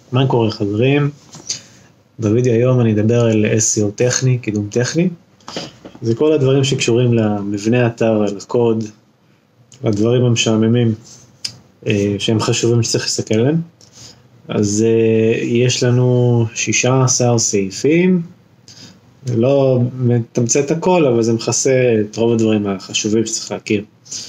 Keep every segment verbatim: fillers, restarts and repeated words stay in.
מה קורה חברים? בווידאו היום אני אדבר על אס אי או טכני, קידום טכני. זה כל הדברים שקשורים למבנה האתר, לקוד, הדברים המשעממים שהם חשובים שצריך להסתכל עליהם. אז יש לנו שישה עשר סעיפים, לא מתמצא את הכל, אבל זה מכסה את רוב הדברים החשובים שצריך להכיר.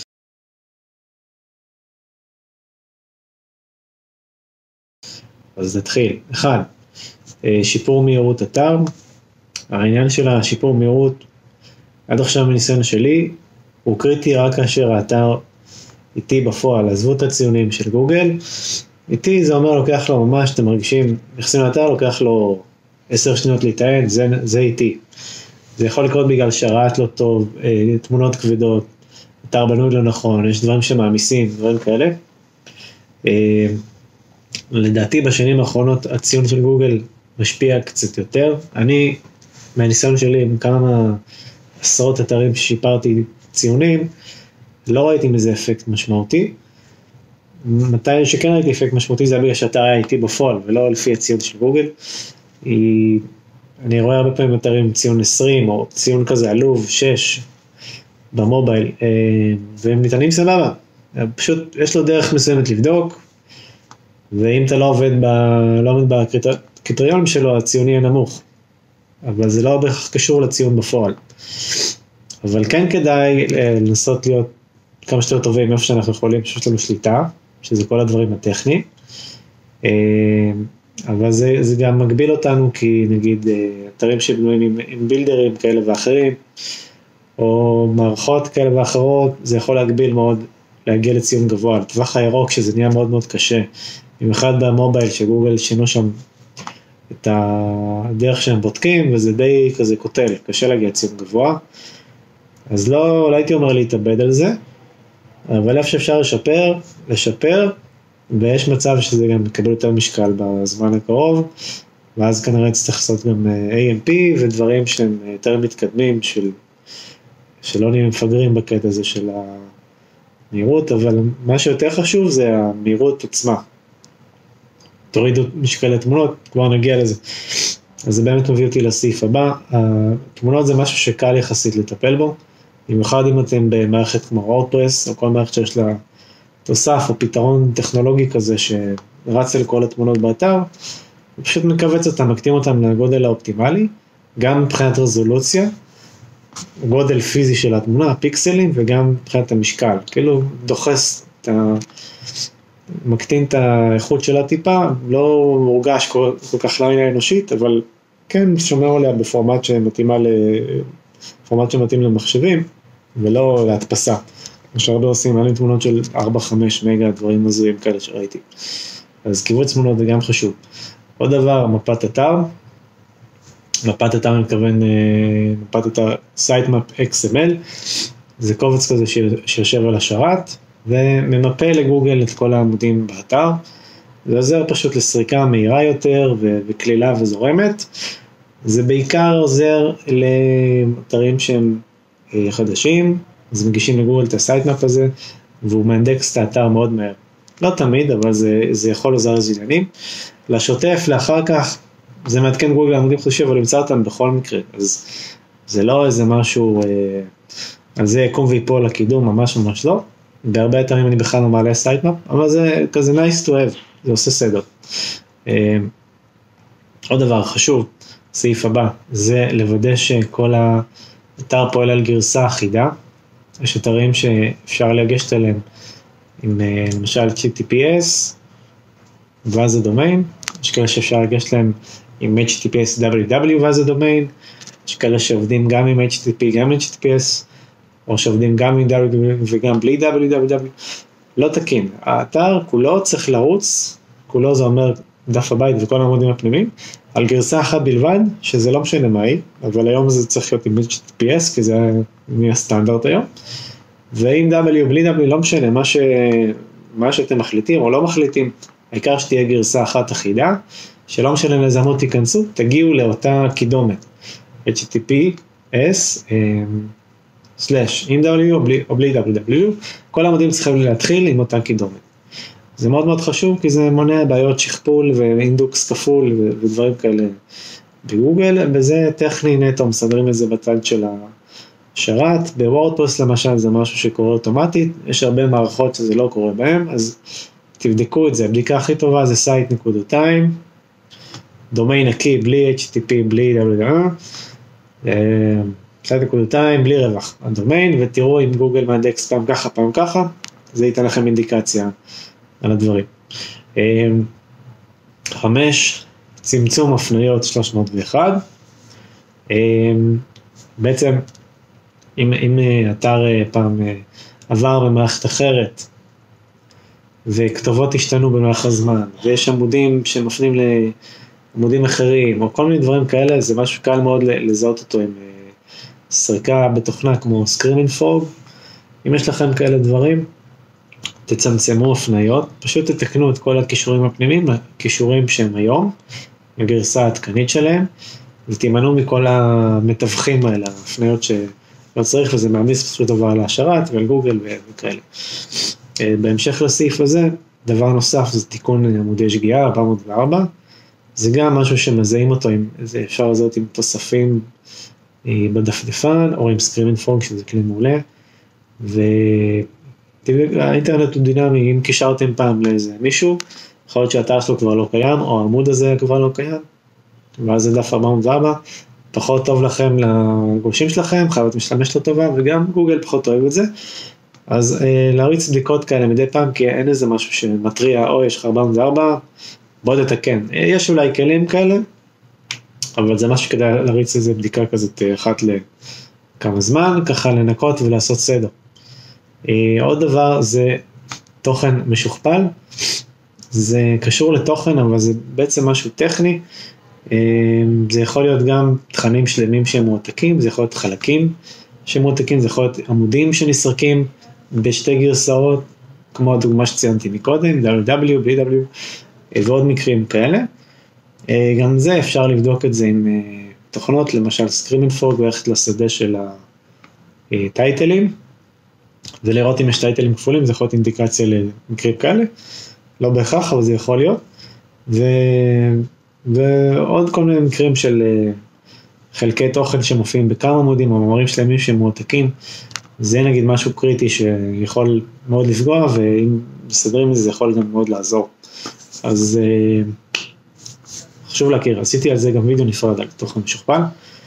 אז נתחיל. אחד, שיפור מהירות אתר. העניין של השיפור מהירות, עד עכשיו מניסיון שלי, הוא קריטי רק כאשר האתר איתי בפועל. עזבו את הציונים של גוגל, איתי זה אומר לוקח לו ממש, אתם מרגישים, נכנסים לאתר, לוקח לו עשר שניות להתעד, זה, זה איתי. זה יכול לקרות בגלל שרעת לא טוב, תמונות כבדות, אתר בנוי לא נכון, יש דברים שמעמיסים, דברים כאלה. לדעתי בשנים האחרונות הציון של גוגל משפיע קצת יותר. אני, מהניסיון שלי, עם כמה עשרות אתרים ששיפרתי ציונים, לא ראיתי מזה אפקט משמעותי. מתי שכן ראיתי אפקט משמעותי, זה היה בגלל שהאתר היה איתי בפועל, ולא לפי הציון של גוגל. אני רואה הרבה פעמים אתרים עם ציון עשרים, או ציון כזה עלוב, שש, במובייל, והם ניתנים סבבה. פשוט יש לו דרך מסוימת לבדוק, ואם אתה לא עובד ב... לא עובד בקריטריונים שלו, הציון יהיה נמוך. אבל זה לא בהכרח קשור לציון בפועל. אבל כן כדאי לנסות להיות כמה שיותר טובים איפה שאנחנו יכולים, שיש לנו שליטה, שזה כל הדברים הטכניים. אבל זה, זה גם מגביל אותנו, כי נגיד אתרים שבנויים עם, עם בילדרים כאלה ואחרים, או מערכות כאלה ואחרות, זה יכול להגביל מאוד, להגיע לציון גבוה. לטווח הירוק, שזה נהיה מאוד מאוד קשה. במיוחד במובייל שגוגל שינו שם את הדרך שהם בודקים, וזה די כזה קוטל, קשה להגיע ציון גבוה. אז לא, לא הייתי אומר להתאבד על זה, אבל איפה שאפשר לשפר, לשפר, ויש מצב שזה גם מקבל יותר משקל בזמן הקרוב, ואז כנראה צריך לעשות גם איי אם פי ודברים שהם יותר מתקדמים, של, שלא נהיה מפגרים בקטע הזה של המהירות, אבל מה שיותר חשוב זה המהירות עצמה. תורידו משקל לתמונות, כבר נגיע לזה. אז זה באמת מביא אותי לסעיף הבא. התמונות זה משהו שקל יחסית לטפל בו, במיוחד אם אתם במערכת כמו וורדפרס, או כל מערכת שיש לה תוסף או פתרון טכנולוגי כזה שרץ לכל התמונות באתר, הוא פשוט מקבץ אותם, מקטים אותם לגודל האופטימלי, גם מבחינת רזולוציה, גודל פיזי של התמונה, הפיקסלים, וגם מבחינת המשקל. כאילו דוחס את ה... מקטין את האיכות של הטיפה, לא מורגש כל, כל כך לעין האנושית, אבל כן שומר עליה בפורמט שמתאימה לפורמט שמתאים למחשבים, ולא להדפסה. שהרבה עושים, היה לי תמונות של ארבע חמש מגה, דברים מזוהים כאלה שראיתי. אז קיבוץ תמונות זה גם חשוב. עוד דבר, מפת אתר. מפת אתר אני מתכוון, מפת אתר Sitemap אקס אם אל, זה קובץ כזה שיושב על השרת, וממפה לגוגל את כל העמודים באתר. זה עוזר פשוט לסריקה מהירה יותר וכלילה וזורמת. זה בעיקר עוזר לאתרים שהם חדשים, אז מגישים לגוגל את הסייטמאפ הזה, והוא מאנדקס את האתר מאוד מהר. לא תמיד, אבל זה, זה יכול לעזור לזיניינים. לשוטף, לאחר כך, זה מעדכן גוגל לעמודים חדשים, אבל ימצא אותם בכל מקרה. אז זה לא איזה משהו, על זה יקום ויפול לקידום, ממש ממש לא. בהרבה אתרים אני בכלל לא מעלה סייטמאפ, אבל זה כזה nice to have, זה עושה סדר. עוד דבר חשוב, סעיף הבא, זה לוודא שכל האתר פועל על גרסה אחידה. יש אתרים שאפשר לגשת אליהם עם למשל אייץ' טי טי פי אס, ואז הדומיין, יש כאלה שאפשר לגשת להם עם אייץ' טי טי פי אס דאבליו דאבליו ואז הדומיין, יש כאלה שעובדים גם עם אייץ' טי טי פי, גם עם אייץ' טי טי פי אס, או שעובדים גם עם דאבליו דאבליו דאבליו וגם בלי דאבליו דאבליו דאבליו, לא תקין. האתר כולו צריך לרוץ, כולו זה אומר דף הבית וכל העמודים הפנימיים, על גרסה אחת בלבד, שזה לא משנה מה היא, אבל היום זה צריך להיות עם אייץ' טי טי פי אס, כי זה מי הסטנדרט היום, ועם W בלי W, לא משנה, מה, ש... מה שאתם מחליטים או לא מחליטים, העיקר שתהיה גרסה אחת אחידה, שלא משנה לאיזה עמוד תיכנסו, תגיעו לאותה קידומת, אייץ' טי טי פי אס, סלש, עם W או בלי, או בלי דאבליו דאבליו, כל העמודים צריכים להתחיל עם אותה קידומת. זה מאוד מאוד חשוב, כי זה מונע בעיות שכפול ואינדוקס כפול ודברים כאלה בגוגל, וזה טכני נטו, מסדרים את זה בצד של השרת. בוורדפרס למשל זה משהו שקורה אוטומטית, יש הרבה מערכות שזה לא קורה בהם, אז תבדקו את זה. הבדיקה הכי טובה זה סייט נקודתיים, דומיין נקי, בלי אייץ' טי טי פי, בלי דאבליו דאבליו דאבליו, סייט נקודתיים, בלי רווח, הדומיין, ותראו אם גוגל מהדקס פעם ככה, פעם ככה, זה ייתן לכם אינדיקציה על הדברים. חמש, צמצום הפניות שלוש מאות ואחת. בעצם, אם, אם אתר פעם עבר במערכת אחרת, וכתובות השתנו במהלך הזמן, ויש עמודים שמפנים לעמודים אחרים, או כל מיני דברים כאלה, זה משהו קל מאוד לזהות אותו עם סריקה בתוכנה כמו Screaming Frog. אם יש לכם כאלה דברים, תצמצמו הפניות, פשוט תתקנו את כל הכישורים הפנימיים, הכישורים שהם היום, בגרסה העדכנית שלהם, ותימנעו מכל המתווכים האלה, הפניות שלא צריך, וזה מעמיס פשוט דבר על השרת ועל גוגל וכאלה. בהמשך לסעיף הזה, דבר נוסף זה תיקון עמודי שגיאה ארבע מאות וארבע, זה גם משהו שמזהים אותו, עם, זה אפשר לזהות עם תוספים בדפדפן, או עם Screaming Frog, שזה כלי מעולה, והאינטרנט הוא דינמי, אם קישרתם פעם לאיזה מישהו, יכול להיות שהאתר שלו כבר לא קיים, או העמוד הזה כבר לא קיים, ואז זה דף ארבע מאות וארבע, פחות טוב לכם לגולשים שלכם, חייבת משתמש לא טובה, וגם גוגל פחות אוהב את זה, אז אה, להריץ בדיקות כאלה מדי פעם, כי אין איזה משהו שמטריע, או יש לך ארבע מאות וארבע, בוא תתקן. יש אולי כלים כאלה, אבל זה משהו כדאי להריץ איזה בדיקה כזאת אחת לכמה זמן, ככה לנקות ולעשות סדר. אה, עוד דבר זה תוכן משוכפל, זה קשור לתוכן, אבל זה בעצם משהו טכני, אה, זה יכול להיות גם תכנים שלמים שהם מועתקים, זה יכול להיות חלקים שמועתקים, זה יכול להיות עמודים שנסרקים, בשתי גרסאות, כמו הדוגמה שציינתי מקודם, דאבליו דאבליו, בלי דאבליו, ועוד מקרים כאלה. גם זה אפשר לבדוק את זה עם תוכנות, למשל Screaming Frog, ולכת לשדה של הטייטלים, ולראות אם יש טייטלים כפולים, זה יכול להיות אינדיקציה למקרים כאלה, לא בהכרח, אבל זה יכול להיות. ו... ועוד כל מיני מקרים של חלקי תוכן שמופיעים בכמה עמודים, או מאמרים שלמים שהם מועתקים, זה נגיד משהו קריטי שיכול מאוד לפגוע, ואם מסדרים את זה, זה יכול גם מאוד לעזור. אז חשוב להכיר, עשיתי על זה גם וידאו נפרד על תוכן משוכפל.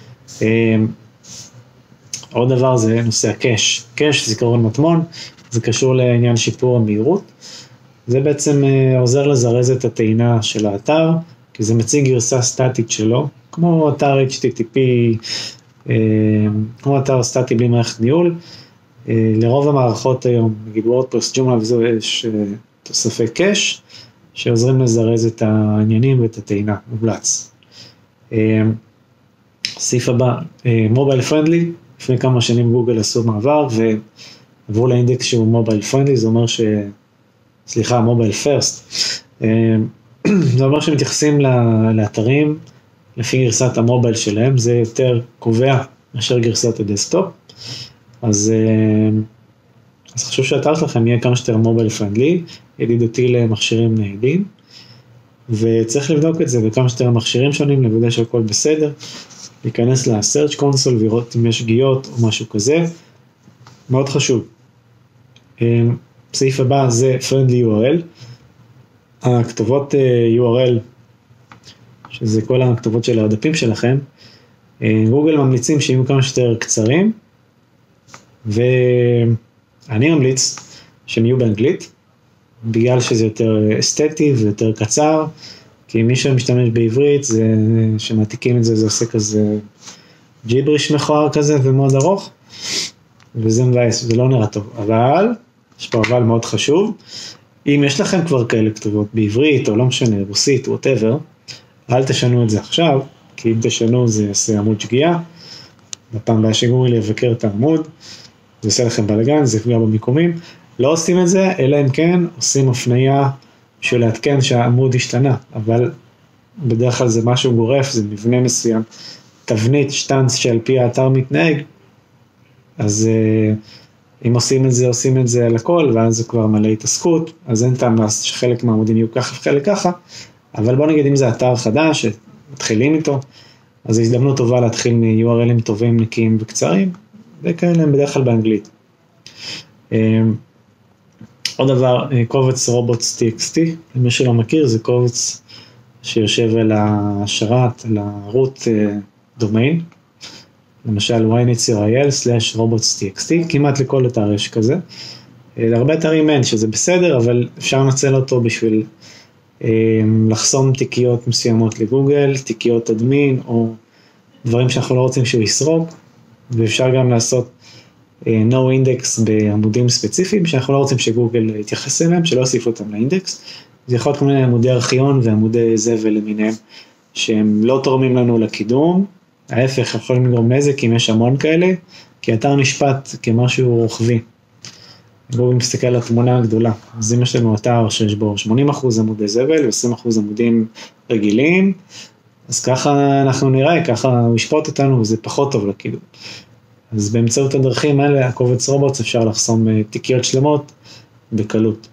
עוד דבר זה נושא הקש, קש, זיכרון מטמון, זה קשור לעניין שיפור המהירות, זה בעצם עוזר לזרז את הטעינה של האתר, כי זה מציג גרסה סטטית שלו, כמו אתר אייץ' טי טי פי, כמו אתר סטטי בלי מערכת ניהול. לרוב המערכות היום, נגיד וורדפרס, ג'ומלה וזו, יש תוספי קש, שעוזרים לזרז את העניינים ואת הטעינה, מומלץ. סעיף הבא, מובייל פרנדלי, לפני כמה שנים גוגל עשו מעבר, ועברו לאינדקס שהוא מובייל פרנדלי, זה אומר ש... סליחה, מובייל פרסט. זה אומר שמתייחסים לאתרים, לפי גרסת המובייל שלהם, זה יותר קובע מאשר גרסת הדסקטופ, אז, אז חשוב שהאתר שלכם יהיה כמה שיותר מובייל פרנדלי, ידידותי למכשירים ניידים, וצריך לבדוק את זה בכמה שיותר מכשירים שונים, לוודא שהכל בסדר, להיכנס ל-Search Console ולראות אם יש שגיאות או משהו כזה, מאוד חשוב. סעיף הבא זה Friendly יו אר אל, הכתובות יו אר אל, שזה כל הכתובות של הדפים שלכם, גוגל ממליצים שיהיו כמה שיותר קצרים, ואני ממליץ שהם יהיו באנגלית, בגלל שזה יותר אסתטי ויותר קצר, כי מי שמשתמש בעברית, זה, שמעתיקים את זה, זה עושה כזה ג'יבריש מכוער כזה ומאוד ארוך, וזה מבאס, זה לא נראה טוב, אבל, יש פה אבל מאוד חשוב, אם יש לכם כבר כאלה כתובות בעברית, או לא משנה, רוסית, whatever, אל תשנו את זה עכשיו, כי אם תשנו זה יעשה עמוד שגיאה, בפעם הבאה שגוגל יבקר את העמוד, זה עושה לכם בלגן, זה יפגע במיקומים, לא עושים את זה, אלא אם כן עושים הפנייה בשביל להתקן שהעמוד השתנה, אבל בדרך כלל זה משהו גורף, זה מבנה מסוים, תבנית, שטנץ שעל פי האתר מתנהג, אז אם עושים את זה, עושים את זה על הכל, ואז זה כבר מלא התעסקות, אז אין טעם שחלק מהעמודים יהיו ככה וחלק ככה, אבל בוא נגיד אם זה אתר חדש, שמתחילים איתו, אז זו הזדמנות טובה להתחיל מ-יו אר אל'ים טובים, נקיים וקצרים, וכאלה הם בדרך כלל באנגלית. עוד דבר, קובץ robots.txt, למי שלא מכיר, זה קובץ שיושב על השרת, על הרוט דומיין, למשל ynet.co.il/robots.txt, כמעט לכל אתר יש כזה. להרבה אתרים אין, שזה בסדר, אבל אפשר לנצל אותו בשביל לחסום תיקיות מסוימות לגוגל, תיקיות אדמין, או דברים שאנחנו לא רוצים שהוא יסרוק, ואפשר גם לעשות no index בעמודים ספציפיים, שאנחנו לא רוצים שגוגל יתייחס אליהם, שלא יוסיף אותם לאינדקס. זה יכול להיות כל מיני עמודי ארכיון ועמודי זבל למיניהם, שהם לא תורמים לנו לקידום, ההפך, יכולים לגרום נזק אם יש המון כאלה, כי אתר נשפט כמשהו רוחבי. בואו נסתכל על התמונה הגדולה. אז אם יש לנו אתר שיש בו שמונים אחוז עמודי זבל ו-עשרים אחוז עמודים רגילים, אז ככה אנחנו נראה, ככה הוא ישפוט אותנו וזה פחות טוב לקידום. אז באמצעות הדרכים האלה, הקובץ רובוטס אפשר לחסום תיקיות שלמות בקלות.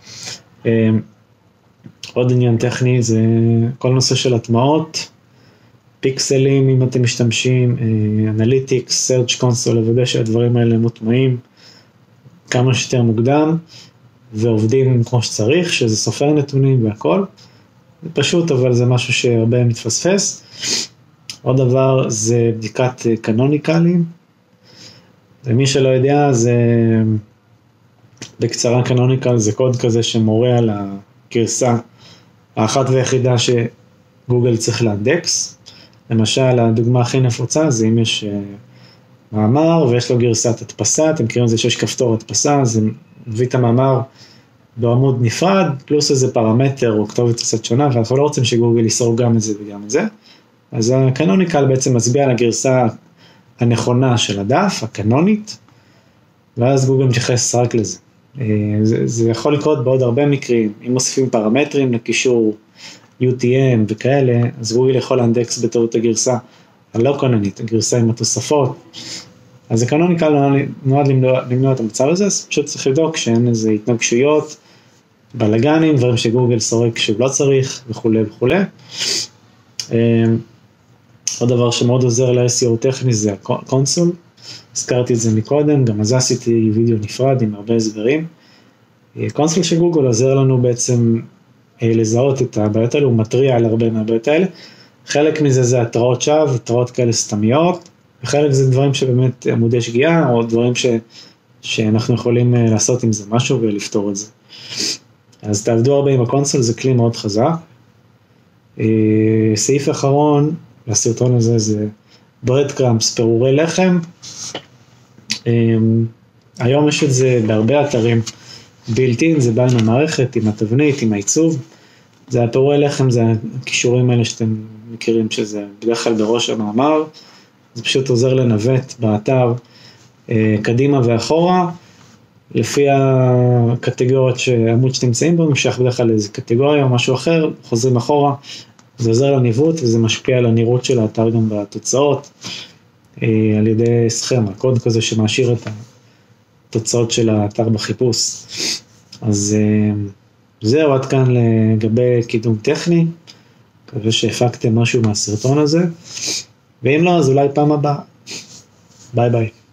עוד עניין טכני זה כל נושא של הטמעות, פיקסלים אם אתם משתמשים, אנליטיקס, Search Console, לוודא שהדברים האלה מוטמעים כמה שיותר מוקדם, ועובדים כמו שצריך, שזה סופר נתונים והכל. זה פשוט, אבל זה משהו שהרבה מתפספס. עוד דבר זה בדיקת קנוניקלים. למי שלא יודע, זה בקצרה קנוניקל, זה קוד כזה שמורה על הגרסה האחת והיחידה שגוגל צריך לאנדקס. למשל, הדוגמה הכי נפוצה זה אם יש מאמר ויש לו גרסת הדפסה, אתם מכירים את זה שיש כפתור הדפסה, אז מביא את המאמר בעמוד נפרד, פלוס איזה פרמטר או כתובת קצת שונה, ואנחנו לא רוצים שגוגל יסור גם את זה וגם את זה. אז הקנוניקל בעצם מצביע על הגרסה הנכונה של הדף, הקנונית, ואז גוגל מתייחס רק לזה. זה, זה יכול לקרות בעוד הרבה מקרים, אם מוסיפים פרמטרים לקישור יו טי אם וכאלה, אז גוגל יכול לאנדקס בטעות הגרסה הלא קנונית, הגרסה עם התוספות. אז הקנוניקל נועד למנוע, למנוע את המצב הזה, אז פשוט צריך לבדוק שאין איזה התנגשויות, בלגנים, דברים שגוגל סורק שלא צריך וכו' וכו'. עוד דבר שמאוד עוזר ל-אס אי או טכני זה הקונסול, הזכרתי את זה מקודם, גם אז עשיתי וידאו נפרד עם הרבה הסברים. קונסול של גוגל עוזר לנו בעצם לזהות את הבעיות האלה, הוא מטריע על הרבה מהבעיות האלה. חלק מזה זה התראות שווא, התראות כאלה סתמיות, וחלק זה דברים שבאמת עמודי שגיאה, או דברים ש, שאנחנו יכולים לעשות עם זה משהו ולפתור את זה. אז תעבדו הרבה עם הקונסול, זה כלי מאוד חזק. סעיף אחרון לסרטון הזה זה bread crumbs, פירורי לחם. היום יש את זה בהרבה אתרים בילט-אין, זה בא עם המערכת, עם התבנית, עם העיצוב. זה הפירורי לחם, זה הקישורים האלה שאתם מכירים שזה בדרך כלל בראש המאמר. זה פשוט עוזר לנווט באתר קדימה ואחורה, לפי הקטגוריות שהעמוד שתמצאים בו, נמשך בדרך כלל איזו קטגוריה או משהו אחר, חוזרים אחורה, זה עוזר לניווט וזה משפיע על הנראות של האתר גם בתוצאות, על ידי סכמה, קוד כזה שמאשיר את התוצאות של האתר בחיפוש. אז זהו, עד כאן לגבי קידום טכני, מקווה שהפקתם משהו מהסרטון הזה, ואם לא, אז אולי פעם הבאה. ביי ביי.